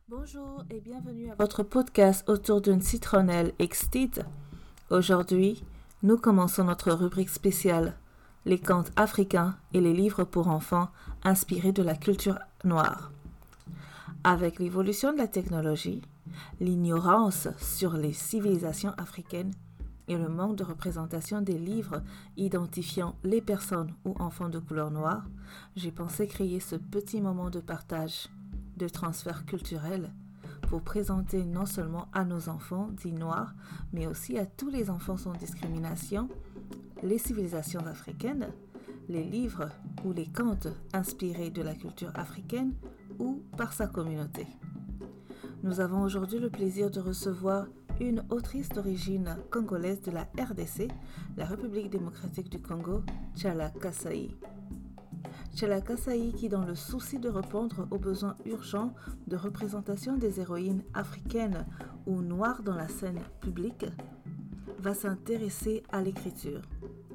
Bonjour et bienvenue à votre podcast autour d'une citronnelle extite. Aujourd'hui, nous commençons notre rubrique spéciale, les contes africains et les livres pour enfants inspirés de la culture noire. Avec l'évolution de la technologie, l'ignorance sur les civilisations africaines et le manque de représentation des livres identifiant les personnes ou enfants de couleur noire, j'ai pensé créer ce petit moment de partage, de transfert culturel, pour présenter non seulement à nos enfants dits noirs, mais aussi à tous les enfants sans discrimination, les civilisations africaines, les livres ou les contes inspirés de la culture africaine ou par sa communauté. Nous avons aujourd'hui le plaisir de recevoir une autrice d'origine congolaise de la RDC, la République démocratique du Congo, Tchala Kasaï. Tchala Kasaï, qui dans le souci de répondre aux besoins urgents de représentation des héroïnes africaines ou noires dans la scène publique, va s'intéresser à l'écriture.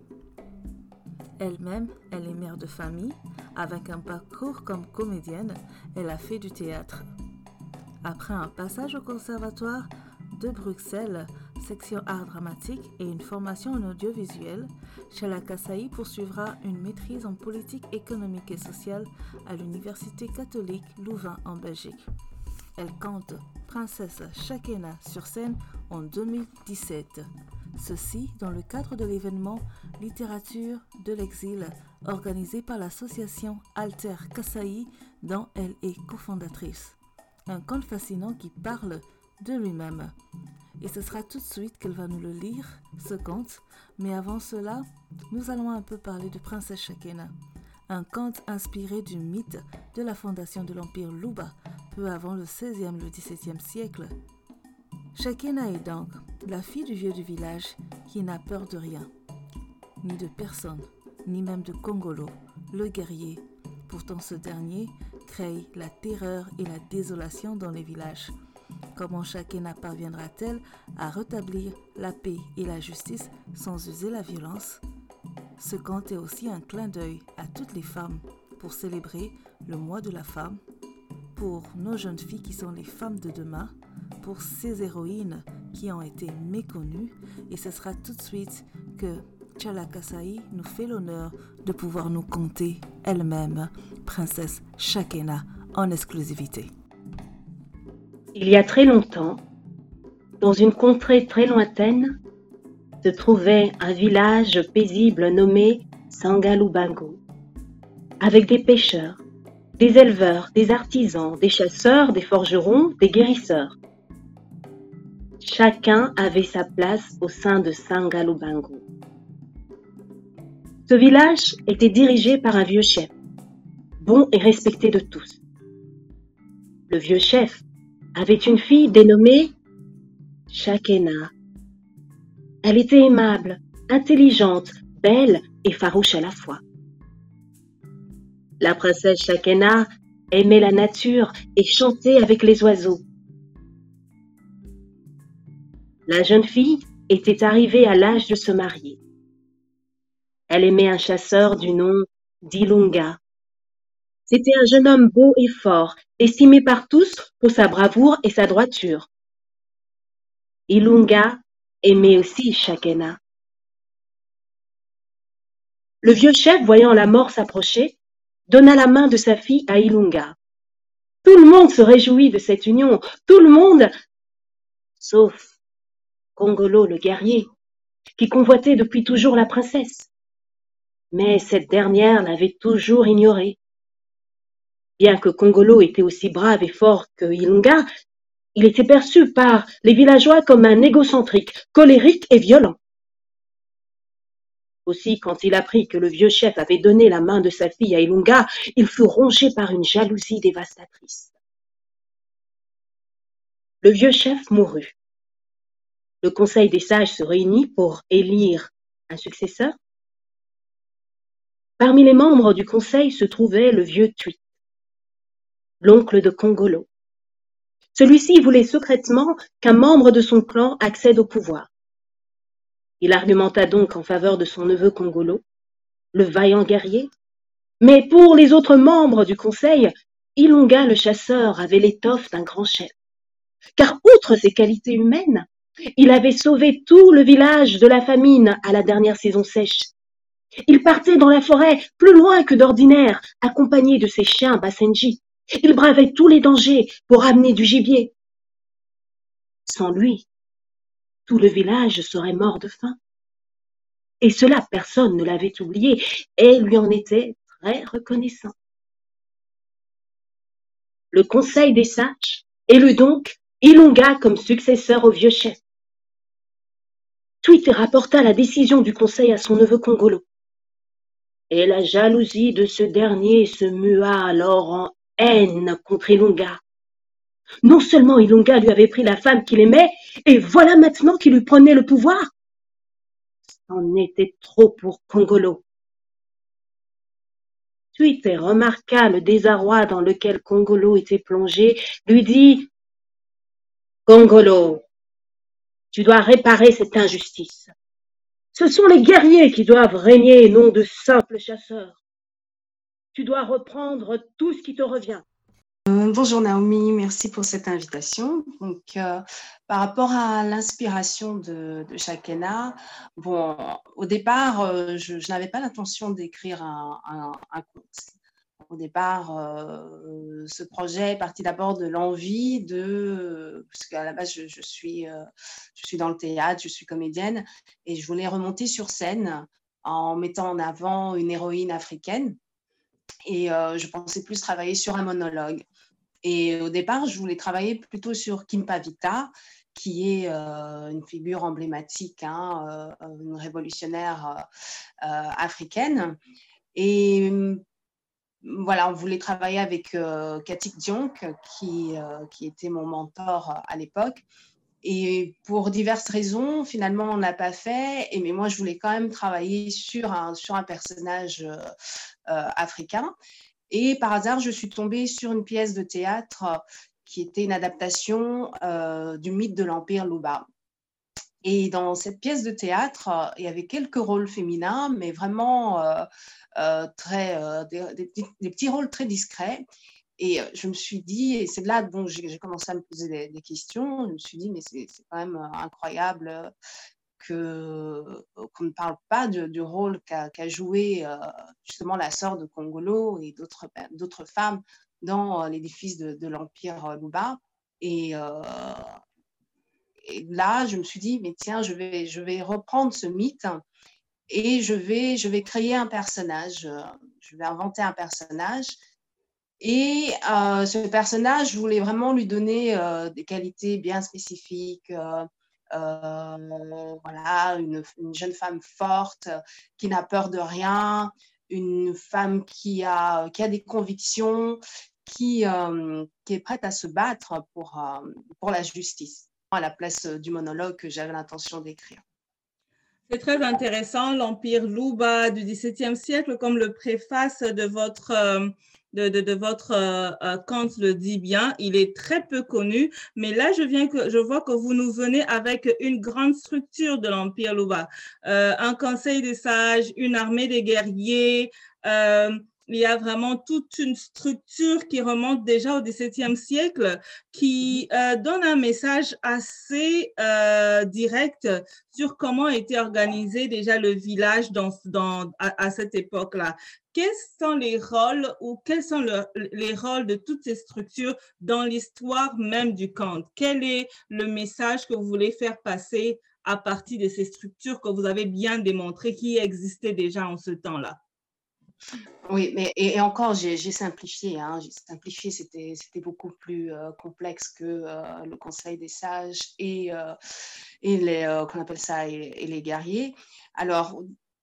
Elle-même, elle est mère de famille. Avec un parcours comme comédienne, elle a fait du théâtre. Après un passage au conservatoire de Bruxelles, section art dramatique et une formation en audiovisuel, Tchala Kasaï poursuivra une maîtrise en politique économique et sociale à l'Université catholique Louvain en Belgique. Elle compte Princesse Shakena sur scène en 2017. Ceci dans le cadre de l'événement Littérature de l'exil organisé par l'association Alter Kasaï dont elle est cofondatrice. Un conte fascinant qui parle de lui-même. Et ce sera tout de suite qu'elle va nous le lire, ce conte. Mais avant cela, nous allons un peu parler de Princesse Shakena, un conte inspiré du mythe de la fondation de l'Empire Luba, peu avant le XVIe et le XVIIe siècle. Shakena est donc la fille du vieux du village qui n'a peur de rien, ni de personne, ni même de Kongolo, le guerrier. Pourtant ce dernier crée la terreur et la désolation dans les villages. Comment Shakena parviendra-t-elle à rétablir la paix et la justice sans user la violence? Ce conte est aussi un clin d'œil à toutes les femmes pour célébrer le mois de la femme, pour nos jeunes filles qui sont les femmes de demain, pour ces héroïnes qui ont été méconnues. Et ce sera tout de suite que Tchala Kasaï nous fait l'honneur de pouvoir nous conter elle-même, Princesse Shakena, en exclusivité. Il y a très longtemps, dans une contrée très lointaine, se trouvait un village paisible nommé Sangalubango, avec des pêcheurs, des éleveurs, des artisans, des chasseurs, des forgerons, des guérisseurs. Chacun avait sa place au sein de Sangalubango. Ce village était dirigé par un vieux chef, bon et respecté de tous. Le vieux chef avait une fille dénommée Shakena. Elle était aimable, intelligente, belle et farouche à la fois. La princesse Shakena aimait la nature et chantait avec les oiseaux. La jeune fille était arrivée à l'âge de se marier. Elle aimait un chasseur du nom d'Ilunga. C'était un jeune homme beau et fort, estimé par tous pour sa bravoure et sa droiture. Ilunga aimait aussi Shakena. Le vieux chef, voyant la mort s'approcher, donna la main de sa fille à Ilunga. Tout le monde se réjouit de cette union, tout le monde, sauf Kongolo le guerrier, qui convoitait depuis toujours la princesse. Mais cette dernière l'avait toujours ignorée. Bien que Kongolo était aussi brave et fort que Ilunga, il était perçu par les villageois comme un égocentrique, colérique et violent. Aussi, quand il apprit que le vieux chef avait donné la main de sa fille à Ilunga, il fut rongé par une jalousie dévastatrice. Le vieux chef mourut. Le conseil des sages se réunit pour élire un successeur. Parmi les membres du conseil se trouvait le vieux Tui, l'oncle de Kongolo. Celui-ci voulait secrètement qu'un membre de son clan accède au pouvoir. Il argumenta donc en faveur de son neveu Kongolo, le vaillant guerrier. Mais pour les autres membres du conseil, Ilonga le chasseur avait l'étoffe d'un grand chef, car outre ses qualités humaines, il avait sauvé tout le village de la famine à la dernière saison sèche. Il partait dans la forêt plus loin que d'ordinaire, accompagné de ses chiens Basenji. Il bravait tous les dangers pour amener du gibier. Sans lui, tout le village serait mort de faim. Et cela, personne ne l'avait oublié et lui en était très reconnaissant. Le conseil des sages élut donc Ilonga comme successeur au vieux chef. Tweet rapporta la décision du conseil à son neveu Congolo. Et la jalousie de ce dernier se mua alors en haine contre Ilonga. Non seulement Ilonga lui avait pris la femme qu'il aimait, et voilà maintenant qu'il lui prenait le pouvoir. C'en était trop pour Congolo. Tweet remarqua le désarroi dans lequel Congolo était plongé, lui dit « Congolo, tu dois réparer cette injustice. Ce sont les guerriers qui doivent régner et non de simples chasseurs. Tu dois reprendre tout ce qui te revient. » Bonjour Naomi, merci pour cette invitation. Donc, par rapport à l'inspiration de Shakena, bon, au départ, je n'avais pas l'intention d'écrire un conte. Au départ, ce projet est parti d'abord de l'envie parce qu'à la base, je suis dans le théâtre, je suis comédienne, et je voulais remonter sur scène en mettant en avant une héroïne africaine. Et je pensais plus travailler sur un monologue. Et au départ, je voulais travailler plutôt sur Kimpavita, qui est une figure emblématique, une révolutionnaire africaine. Et voilà, on voulait travailler avec Katik Dionk, qui était mon mentor à l'époque. Et pour diverses raisons, finalement, on ne l'a pas fait. Mais moi, je voulais quand même travailler sur un personnage africain. Et par hasard, je suis tombée sur une pièce de théâtre qui était une adaptation du mythe de l'Empire Luba. Et dans cette pièce de théâtre, il y avait quelques rôles féminins, mais vraiment des petits rôles très discrets. Et je me suis dit, et c'est là dont j'ai commencé à me poser des questions, je me suis dit, mais c'est quand même incroyable qu'on ne parle pas du rôle qu'a joué justement la sœur de Congolo et d'autres femmes dans l'édifice de l'Empire Luba. Et là, je me suis dit, mais tiens, je vais reprendre ce mythe et je vais créer un personnage. Je vais inventer un personnage. Et ce personnage, je voulais vraiment lui donner des qualités bien spécifiques. Voilà, une jeune femme forte qui n'a peur de rien, une femme qui a des convictions, qui est prête à se battre pour la justice, à la place du monologue que j'avais l'intention d'écrire. C'est très intéressant, l'Empire Luba du XVIIe siècle, comme le préface de votre conte le dit bien. Il est très peu connu, mais là, je vois que vous nous venez avec une grande structure de l'Empire Luba. Un conseil des sages, une armée des guerriers, il y a vraiment toute une structure qui remonte déjà au XVIIe siècle, qui donne un message assez direct sur comment était organisé déjà le village à cette époque-là. Quels sont les rôles les rôles de toutes ces structures dans l'histoire même du conte? Quel est le message que vous voulez faire passer à partir de ces structures que vous avez bien démontrées qui existaient déjà en ce temps-là? Oui, mais et encore, j'ai simplifié. J'ai simplifié, c'était beaucoup plus complexe que le Conseil des sages et qu'on appelle ça, et les guerriers. Alors,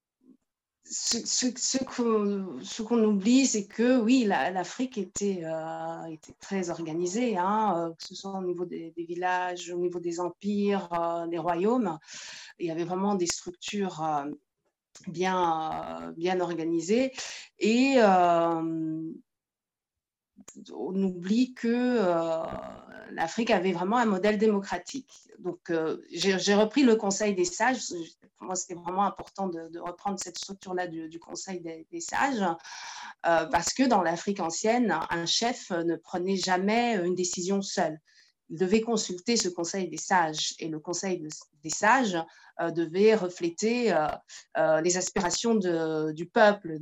ce qu'on oublie, c'est que oui, l'Afrique était très organisée, que ce soit au niveau des villages, au niveau des empires, des royaumes. Il y avait vraiment des structures bien organisées. Et on oublie que l'Afrique avait vraiment un modèle démocratique. Donc, j'ai repris le Conseil des sages. pour moi, c'était vraiment important de reprendre cette structure-là du Conseil des sages, parce que dans l'Afrique ancienne, un chef ne prenait jamais une décision seul. Il devait consulter ce Conseil des sages, et le Conseil des sages devait refléter les aspirations du peuple,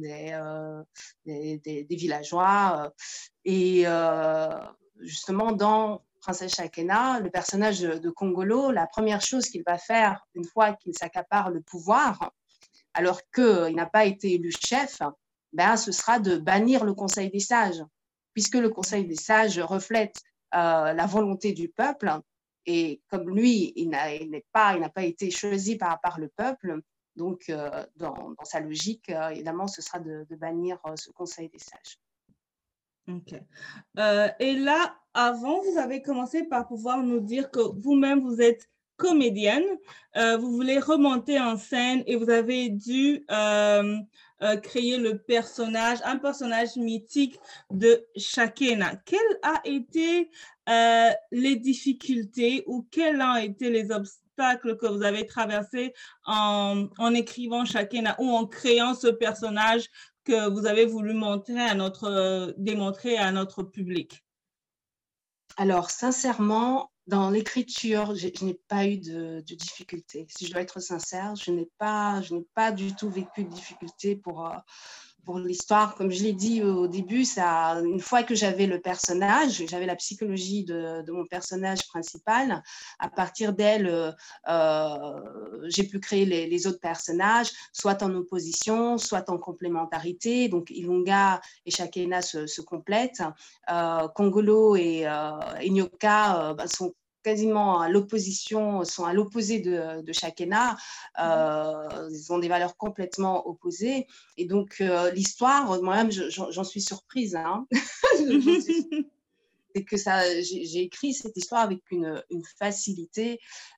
des villageois. Et justement, dans Princesse Shakena, le personnage de Kongolo, la première chose qu'il va faire une fois qu'il s'accapare le pouvoir, alors qu'il n'a pas été élu chef, ben, ce sera de bannir le Conseil des sages, puisque le Conseil des sages reflète la volonté du peuple. Et comme lui, il n'a pas été choisi par le peuple, donc dans sa logique, évidemment, ce sera de bannir ce Conseil des sages. OK. Et là, avant, vous avez commencé par pouvoir nous dire que vous-même, vous êtes comédienne, vous voulez remonter en scène et vous avez dû créer un personnage mythique de Shakena. Quelles ont été les difficultés ou quels ont été les obstacles que vous avez traversés en écrivant Shakena ou en créant ce personnage que vous avez voulu démontrer à notre public? Alors, sincèrement, dans l'écriture, je n'ai pas eu de difficultés. Si je dois être sincère, je n'ai pas du tout vécu de difficultés pour l'histoire. Comme je l'ai dit au début, une fois que j'avais le personnage, j'avais la psychologie de mon personnage principal, à partir d'elle, j'ai pu créer les autres personnages, soit en opposition, soit en complémentarité. Donc, Ilunga et Shakena se complètent. Kongolo et Nyoka sont quasiment à l'opposition, sont à l'opposé de Shakena. Ils ont des valeurs complètement opposées. Et donc, l'histoire, moi-même, j'en suis surprise. Hein. C'est que j'ai écrit cette histoire avec une facilité.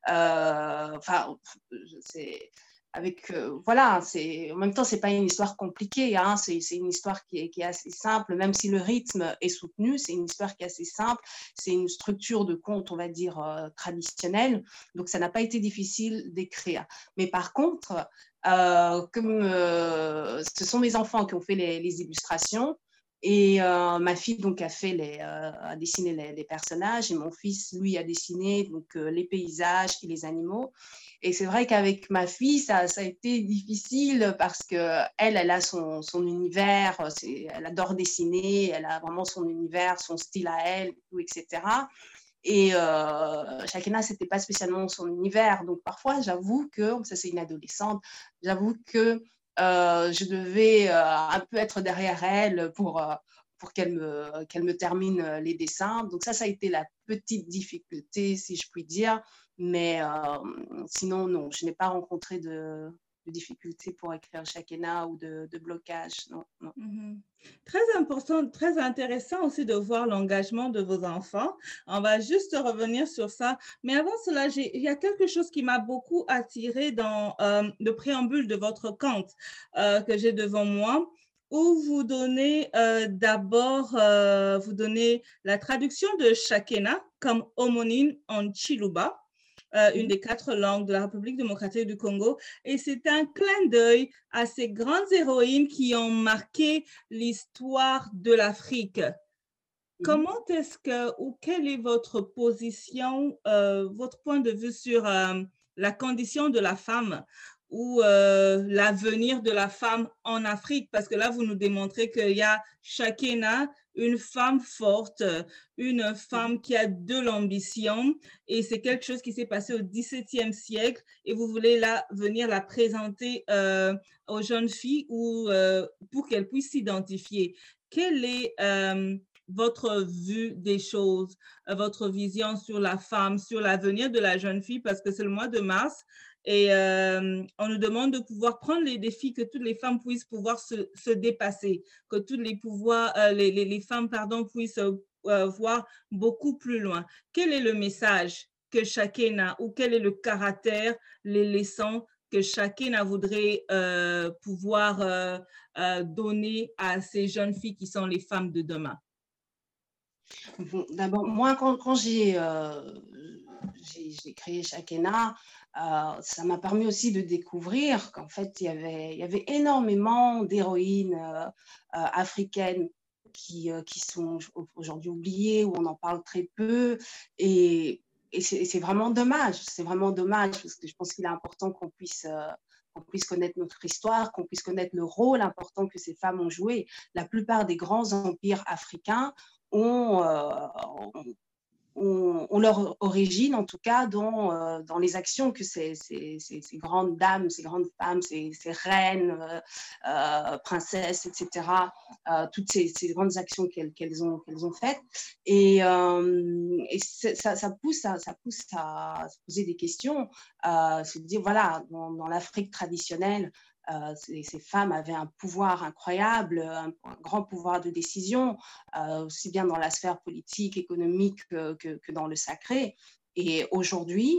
Voilà, en même temps, c'est pas une histoire compliquée, hein, c'est une histoire qui est assez simple, même si le rythme est soutenu, c'est une histoire qui est assez simple, c'est une structure de conte, on va dire, traditionnelle, donc ça n'a pas été difficile d'écrire. Mais par contre, comme ce sont mes enfants qui ont fait les illustrations, et ma fille donc a dessiné les personnages, et mon fils lui a dessiné donc les paysages et les animaux. Et c'est vrai qu'avec ma fille ça a été difficile parce que elle a son univers, elle adore dessiner, elle a vraiment son univers, son style à elle, etc. Et Shakena, c'était pas spécialement son univers, donc parfois j'avoue que ça c'est une adolescente, j'avoue que je devais un peu être derrière elle pour qu'elle me termine les dessins. Donc ça a été la petite difficulté, si je puis dire. Mais sinon, non, je n'ai pas rencontré de difficultés pour écrire Shakena ou de blocage. Non, non. Mm-hmm. Très important, très intéressant aussi de voir l'engagement de vos enfants. On va juste revenir sur ça. Mais avant cela, il y a quelque chose qui m'a beaucoup attiré dans le préambule de votre conte que j'ai devant moi, où vous donnez vous donnez la traduction de Shakena comme homonyme en Chiluba, une des 4 langues de la République démocratique du Congo. Et c'est un clin d'œil à ces grandes héroïnes qui ont marqué l'histoire de l'Afrique. Comment est-ce ou quelle est votre position, votre point de vue sur la condition de la femme ou l'avenir de la femme en Afrique? Parce que là, vous nous démontrez qu'il y a Shakena, une femme forte, une femme qui a de l'ambition, et c'est quelque chose qui s'est passé au XVIIe siècle, et vous voulez venir la présenter aux jeunes filles pour qu'elles puissent s'identifier. Quelle est votre vue des choses, votre vision sur la femme, sur l'avenir de la jeune fille, parce que c'est le mois de mars, et on nous demande de pouvoir prendre les défis, que toutes les femmes puissent pouvoir se dépasser, que toutes les femmes puissent voir beaucoup plus loin. Quel est le message que Shakena, ou quel est le caractère, les leçons que Shakena voudrait pouvoir donner à ces jeunes filles qui sont les femmes de demain? Bon, d'abord, moi, quand j'ai créé Shakena, ça m'a permis aussi de découvrir qu'en fait, il y avait énormément d'héroïnes africaines qui sont aujourd'hui oubliées, où on en parle très peu. Et c'est vraiment dommage. C'est vraiment dommage parce que je pense qu'il est important qu'on puisse connaître notre histoire, qu'on puisse connaître le rôle important que ces femmes ont joué. La plupart des grands empires africains ont, ont leur origine, en tout cas, dans les actions que ces grandes dames, ces grandes femmes, ces reines, princesses, etc., toutes ces grandes actions qu'elles ont faites. Et ça pousse à se poser des questions, se dire, voilà, dans l'Afrique traditionnelle, ces femmes avaient un pouvoir incroyable, un grand pouvoir de décision, aussi bien dans la sphère politique, économique que dans le sacré. Et aujourd'hui,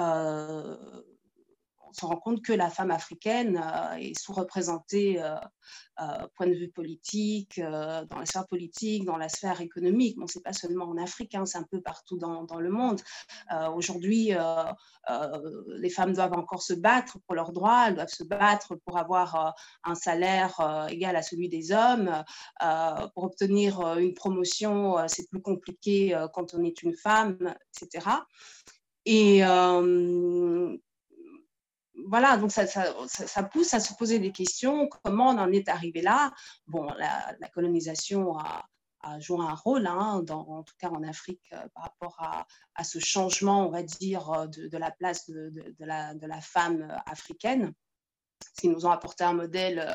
on se rend compte que la femme africaine est sous-représentée point de vue politique, dans la sphère politique, dans la sphère économique. Bon, c'est pas seulement en Afrique, hein, c'est un peu partout dans le monde. Aujourd'hui, les femmes doivent encore se battre pour leurs droits, elles doivent se battre pour avoir un salaire égal à celui des hommes. Pour obtenir une promotion, c'est plus compliqué quand on est une femme, etc. Et voilà, donc ça pousse à se poser des questions. Comment on en est arrivé là? Bon, la colonisation a joué un rôle, hein, en tout cas en Afrique, par rapport à ce changement, on va dire, de la place de la femme africaine. Ils nous ont apporté un modèle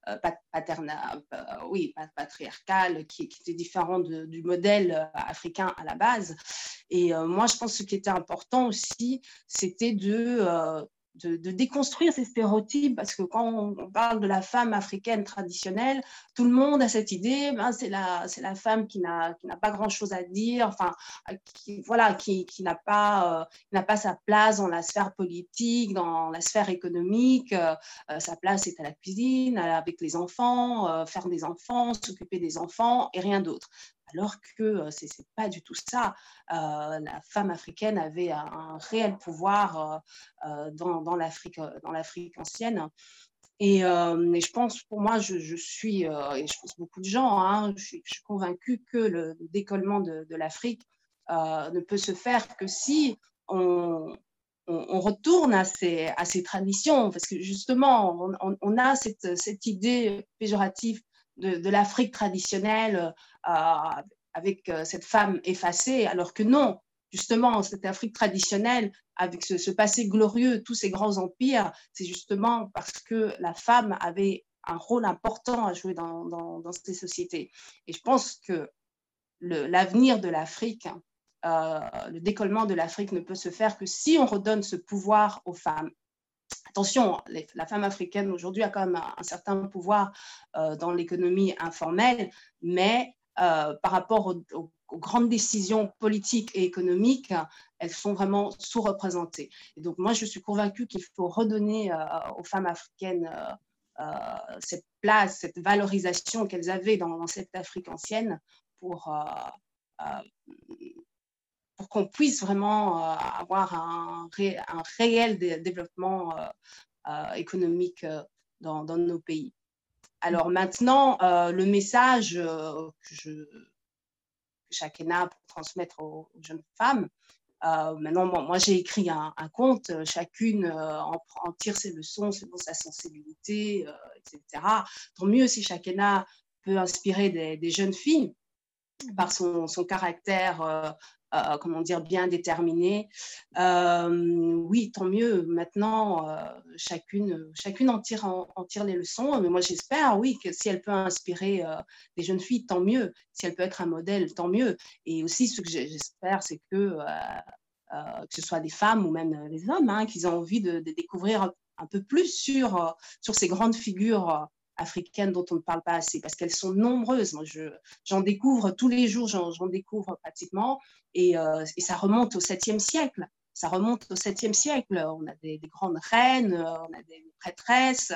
patriarcal qui était différent du modèle africain à la base. Et moi, je pense que ce qui était important aussi, c'était de déconstruire ces stéréotypes, parce que quand on parle de la femme africaine traditionnelle, tout le monde a cette idée, ben, c'est la femme qui n'a pas grand-chose à dire, enfin, qui n'a pas sa place dans la sphère politique, dans la sphère économique. Sa place est à la cuisine, avec les enfants, faire des enfants, s'occuper des enfants et rien d'autre. Alors que ce n'est pas du tout ça. La femme africaine avait un réel pouvoir dans l'Afrique ancienne. Et je pense, pour moi, je suis, et je pense beaucoup de gens, hein, je suis convaincue que le décollement de l'Afrique ne peut se faire que si on retourne à ces traditions, parce que justement, on a cette idée péjorative de l'Afrique traditionnelle avec cette femme effacée, alors que non, justement, cette Afrique traditionnelle, avec ce passé glorieux, tous ces grands empires, c'est justement parce que la femme avait un rôle important à jouer dans ces sociétés. Et je pense que l'avenir de l'Afrique, le décollement de l'Afrique ne peut se faire que si on redonne ce pouvoir aux femmes. Attention, la femme africaine aujourd'hui a quand même un certain pouvoir dans l'économie informelle, mais par rapport aux grandes décisions politiques et économiques, elles sont vraiment sous-représentées. Et donc moi, je suis convaincue qu'il faut redonner aux femmes africaines cette place, cette valorisation qu'elles avaient dans cette Afrique ancienne pour qu'on puisse vraiment avoir un réel développement économique dans nos pays. Alors maintenant, le message que Shakena pour transmettre aux jeunes femmes, maintenant, moi j'ai écrit un conte, chacune en tire ses leçons selon sa sensibilité, etc. Tant mieux si Shakena peut inspirer des jeunes filles par son caractère, comment dire, bien déterminé. Oui, tant mieux. Maintenant, chacune en tire les leçons. Mais moi, j'espère, oui, que si elle peut inspirer des jeunes filles, tant mieux. Si elle peut être un modèle, tant mieux. Et aussi, ce que j'espère, c'est que ce soit des femmes ou même des hommes, hein, qu'ils ont envie de découvrir un peu plus sur ces grandes figures africaines dont on ne parle pas assez, parce qu'elles sont nombreuses. Moi, j'en découvre tous les jours, j'en découvre pratiquement, et ça remonte au 7e siècle. Ça remonte au 7e siècle. On a des grandes reines, on a des prêtresses.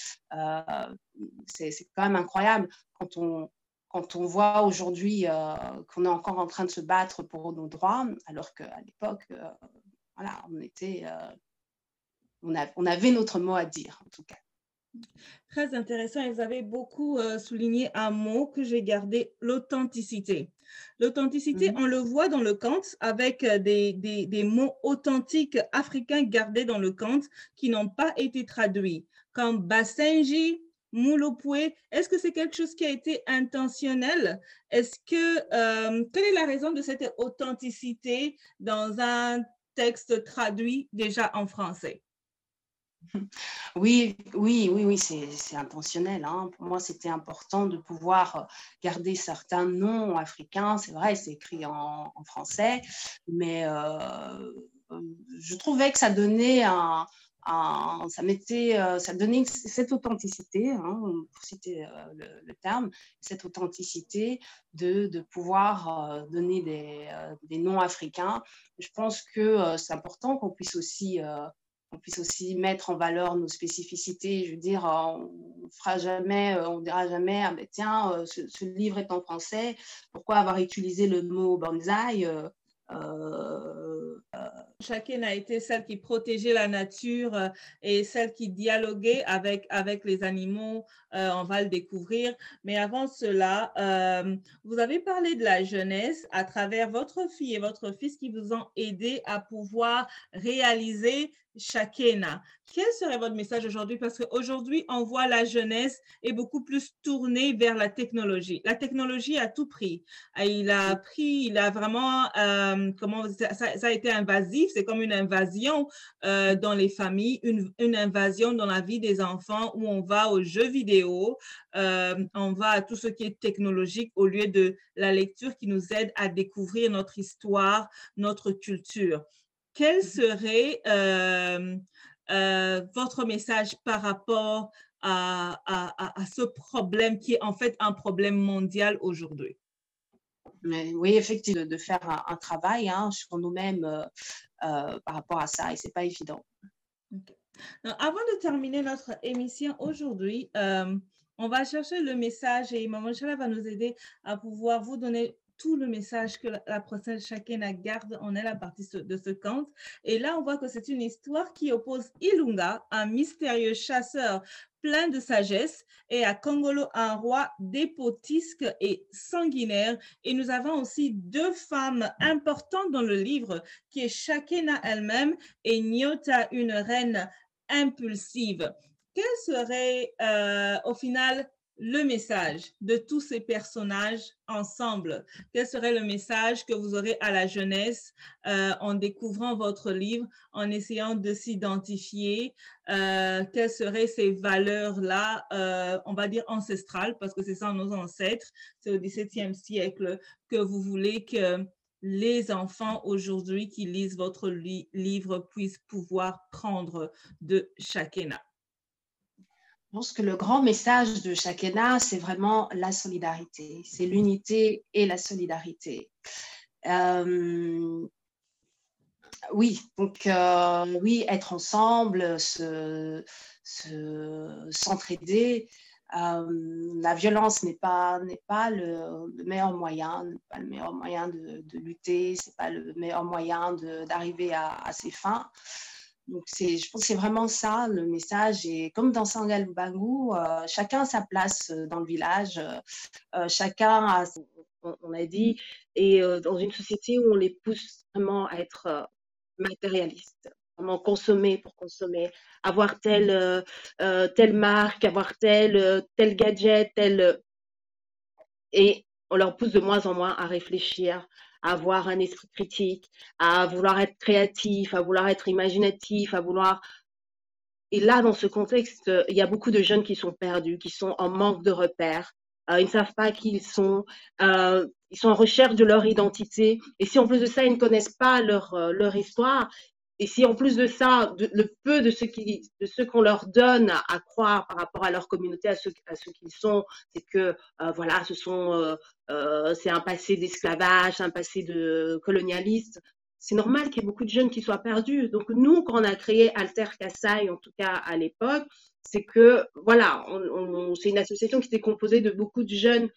C'est quand même incroyable quand on voit aujourd'hui qu'on est encore en train de se battre pour nos droits, alors qu'à l'époque, voilà, on était on avait notre mot à dire, en tout cas. Très intéressant. Et vous avez beaucoup souligné un mot que j'ai gardé, l'authenticité. L'authenticité, on le voit dans le conte avec des mots authentiques africains gardés dans le conte qui n'ont pas été traduits, comme Basenji, Mulopwe. Est-ce que c'est quelque chose qui a été intentionnel? Quelle est la raison de cette authenticité dans un texte traduit déjà en français? Oui, c'est intentionnel, hein. Pour moi, c'était important de pouvoir garder certains noms africains. C'est vrai, c'est écrit en français, mais je trouvais que ça donnait ça donnait cette authenticité, hein, pour citer le terme, cette authenticité de pouvoir donner des noms africains. Je pense que c'est important qu'on puisse aussi mettre en valeur nos spécificités. Je veux dire, on dira jamais, ah ben tiens, ce livre est en français, pourquoi avoir utilisé le mot bonsaï Chacune a été celle qui protégeait la nature et celle qui dialoguait avec les animaux. On va le découvrir. Mais avant cela, vous avez parlé de la jeunesse à travers votre fille et votre fils qui vous ont aidé à pouvoir réaliser Shakena. Quel serait votre message aujourd'hui? Parce qu'aujourd'hui, on voit la jeunesse est beaucoup plus tournée vers la technologie. La technologie a tout pris. Il a vraiment, ça a été invasif, c'est comme une invasion dans les familles, une invasion dans la vie des enfants où on va aux jeux vidéo, on va à tout ce qui est technologique au lieu de la lecture qui nous aide à découvrir notre histoire, notre culture. Quel serait votre message par rapport à ce problème qui est en fait un problème mondial aujourd'hui? Mais oui, effectivement, de faire un travail, hein, sur nous-mêmes par rapport à ça, et c'est pas évident. Okay. Alors, avant de terminer notre émission aujourd'hui, on va chercher le message et Maman Chala va nous aider à pouvoir vous donner tout le message que la princesse Shakena garde en elle à partir de ce conte. Et là, on voit que c'est une histoire qui oppose Ilunga, un mystérieux chasseur plein de sagesse, et à Kongolo, un roi dépotisque et sanguinaire. Et nous avons aussi deux femmes importantes dans le livre, qui est Shakena elle-même et Nyota, une reine impulsive. Quel serait au final le message de tous ces personnages ensemble? Quel serait le message que vous aurez à la jeunesse en découvrant votre livre, en essayant de s'identifier? Quelles seraient ces valeurs-là, on va dire ancestrales, parce que c'est ça nos ancêtres, c'est au XVIIe siècle que vous voulez que les enfants aujourd'hui qui lisent votre livre puissent pouvoir prendre de Shakena? Je pense que le grand message de Shakena, c'est vraiment la solidarité. C'est l'unité et la solidarité. Oui, donc oui, être ensemble, s'entraider. La violence n'est pas le meilleur moyen, de lutter, c'est pas le meilleur moyen d'arriver à ses fins. Donc, je pense que c'est vraiment ça le message. Et comme dans Sangal Bangu, chacun a sa place dans le village, chacun a, on a dit, et dans une société où on les pousse vraiment à être matérialistes, vraiment consommer pour consommer, avoir telle marque, avoir tel gadget, et on leur pousse de moins en moins à réfléchir, à avoir un esprit critique, à vouloir être créatif, à vouloir être imaginatif, à vouloir... Et là, dans ce contexte, il y a beaucoup de jeunes qui sont perdus, qui sont en manque de repères. Ils ne savent pas qui ils sont en recherche de leur identité. Et si en plus de ça, ils ne connaissent pas leur histoire, et si en plus de ça, le peu de ce qu'on leur donne à croire par rapport à leur communauté, à ce qu'ils sont, c'est que voilà, c'est un passé d'esclavage, un passé de colonialiste. C'est normal qu'il y ait beaucoup de jeunes qui soient perdus. Donc nous, quand on a créé Alter Kassai, en tout cas à l'époque, c'est que voilà, c'est une association qui était composée de beaucoup de jeunes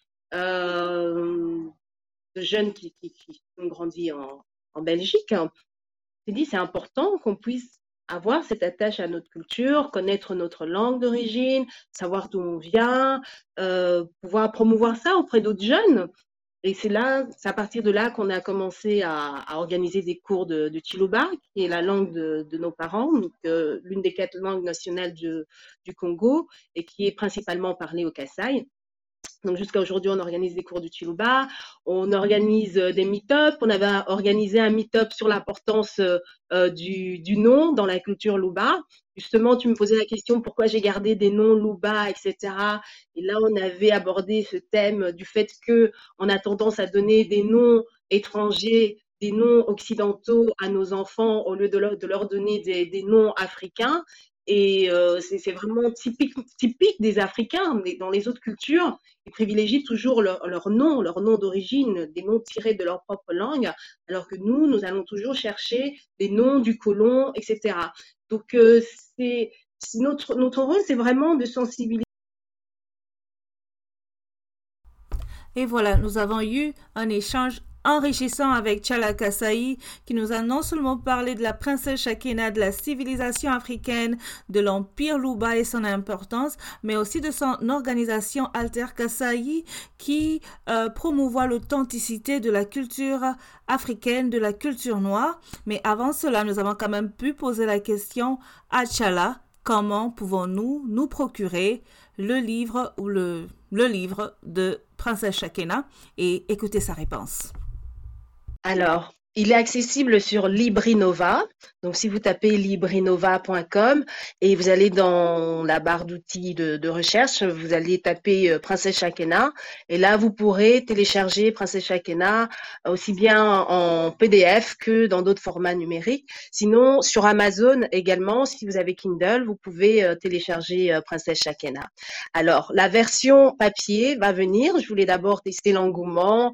qui ont grandi en Belgique. C'est dit, c'est important qu'on puisse avoir cette attache à notre culture, connaître notre langue d'origine, savoir d'où on vient, pouvoir promouvoir ça auprès d'autres jeunes. Et c'est à partir de là qu'on a commencé à organiser des cours de Chiluba, qui est la langue de nos parents, donc l'une des 4 langues nationales du Congo et qui est principalement parlée au Kasaï. Donc jusqu'à aujourd'hui, on organise des cours du Chiluba, on organise des meet-up. On avait organisé un meet-up sur l'importance du nom dans la culture Luba. Justement, tu me posais la question pourquoi j'ai gardé des noms Luba, etc. Et là, on avait abordé ce thème du fait que on a tendance à donner des noms étrangers, des noms occidentaux à nos enfants au lieu de leur donner des noms africains. Et c'est vraiment typique des Africains, mais dans les autres cultures, ils privilégient toujours leur nom d'origine, des noms tirés de leur propre langue, alors que nous allons toujours chercher des noms du colon, etc. Donc, c'est notre rôle, c'est vraiment de sensibiliser. Et voilà, nous avons eu un échange enrichissant avec Tchala Kasaï, qui nous a non seulement parlé de la princesse Shakena, de la civilisation africaine, de l'empire Luba et son importance, mais aussi de son organisation Alter Kasaï, qui promouvoit l'authenticité de la culture africaine, de la culture noire. Mais avant cela, nous avons quand même pu poser la question à Tchala: comment pouvons-nous nous procurer le livre ou le livre de Princesse Shakena, et écoutez sa réponse. Alors, il est accessible sur Librinova. Donc, si vous tapez librinova.com et vous allez dans la barre d'outils de recherche, vous allez taper Princesse Shakena. Et là, vous pourrez télécharger Princesse Shakena aussi bien en PDF que dans d'autres formats numériques. Sinon, sur Amazon également, si vous avez Kindle, vous pouvez télécharger Princesse Shakena. Alors, la version papier va venir. Je voulais d'abord tester l'engouement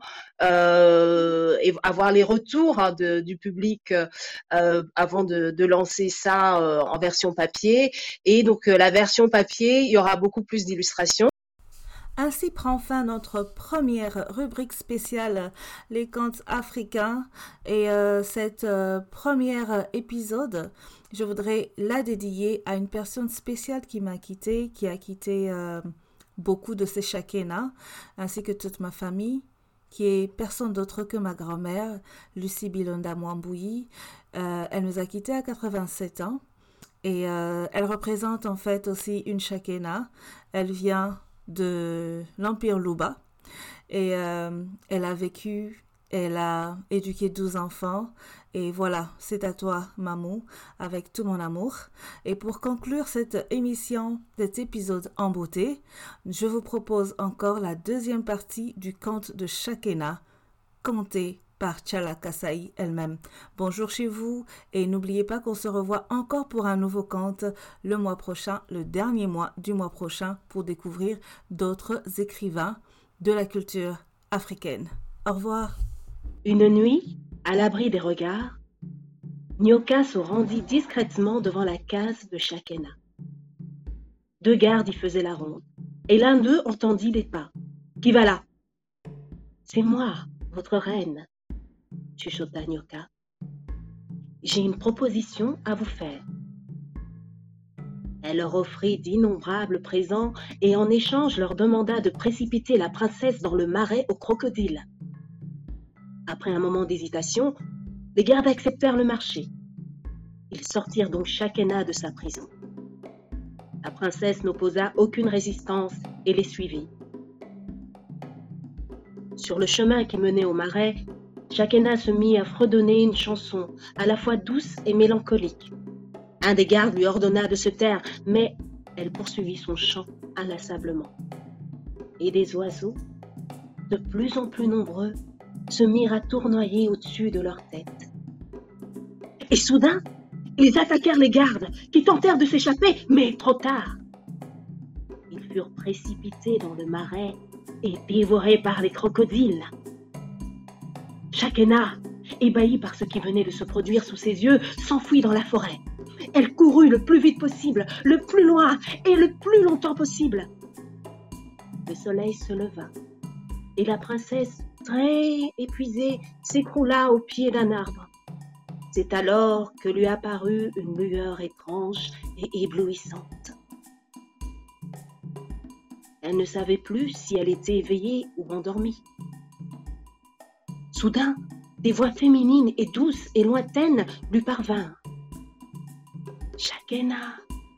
et avoir les retours du public avant de lancer ça en version papier. Et donc, la version papier, il y aura beaucoup plus d'illustrations. Ainsi prend fin notre première rubrique spéciale, les contes africains. Et cette première épisode, je voudrais la dédier à une personne spéciale qui m'a quitté, qui a quitté beaucoup de ses Shakena, ainsi que toute ma famille, qui est personne d'autre que ma grand-mère, Lucie Bilonda Mwambouyi. Elle nous a quittés à 87 ans et elle représente en fait aussi une Shakena. Elle vient de l'Empire Luba et elle a vécu, elle a éduqué 12 enfants et voilà, c'est à toi Mamou, avec tout mon amour. Et pour conclure cette émission, cet épisode en beauté, je vous propose encore la deuxième partie du conte de Shakena, conté par Tchala Kasaï elle-même. Bonjour chez vous et n'oubliez pas qu'on se revoit encore pour un nouveau conte le mois prochain, le dernier mois du mois prochain, pour découvrir d'autres écrivains de la culture africaine. Au revoir. Une nuit, à l'abri des regards, Nyoka se rendit discrètement devant la case de Shakena. 2 gardes y faisaient la ronde, et l'un d'eux entendit des pas. « Qui va là ?»« C'est moi, votre reine, » chuchota Nyoka. « J'ai une proposition à vous faire. » Elle leur offrit d'innombrables présents et en échange leur demanda de précipiter la princesse dans le marais aux crocodiles. Après un moment d'hésitation, les gardes acceptèrent le marché. Ils sortirent donc Shakena de sa prison. La princesse n'opposa aucune résistance et les suivit. Sur le chemin qui menait au marais, Shakena se mit à fredonner une chanson à la fois douce et mélancolique. Un des gardes lui ordonna de se taire, mais elle poursuivit son chant inlassablement. Et des oiseaux, de plus en plus nombreux, se mirent à tournoyer au-dessus de leur tête. Et soudain, ils attaquèrent les gardes, qui tentèrent de s'échapper, mais trop tard. Ils furent précipités dans le marais et dévorés par les crocodiles. Shakena, ébahie par ce qui venait de se produire sous ses yeux, s'enfuit dans la forêt. Elle courut le plus vite possible, le plus loin et le plus longtemps possible. Le soleil se leva et la princesse, très épuisée, s'écroula au pied d'un arbre. C'est alors que lui apparut une lueur étrange et éblouissante. Elle ne savait plus si elle était éveillée ou endormie. Soudain, des voix féminines et douces et lointaines lui parvinrent. « Shakena,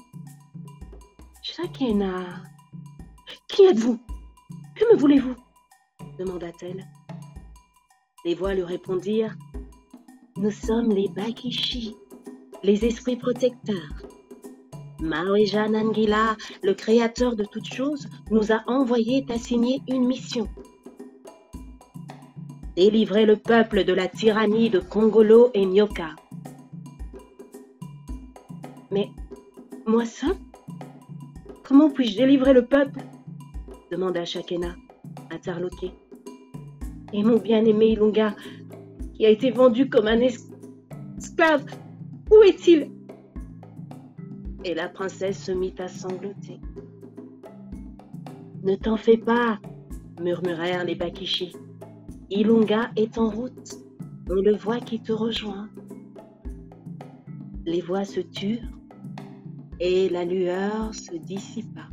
Shakena, qui êtes-vous? Que me voulez-vous » demanda-t-elle. Les voix lui répondirent « Nous sommes les Bakishi, les esprits protecteurs. Mahoeja Nangila, le créateur de toutes choses, nous a envoyé t'assigner une mission. Délivrer le peuple de la tyrannie de Kongolo et Nyoka. » Mais moi seul? Comment puis-je délivrer le peuple? Demanda Shakena, interloquée. Et mon bien-aimé Ilunga, qui a été vendu comme un esclave, où est-il? Et la princesse se mit à sangloter. Ne t'en fais pas, murmurèrent les Bakishi. Ilunga est en route. On le voit qui te rejoint. Les voix se turent et la lueur se dissipa.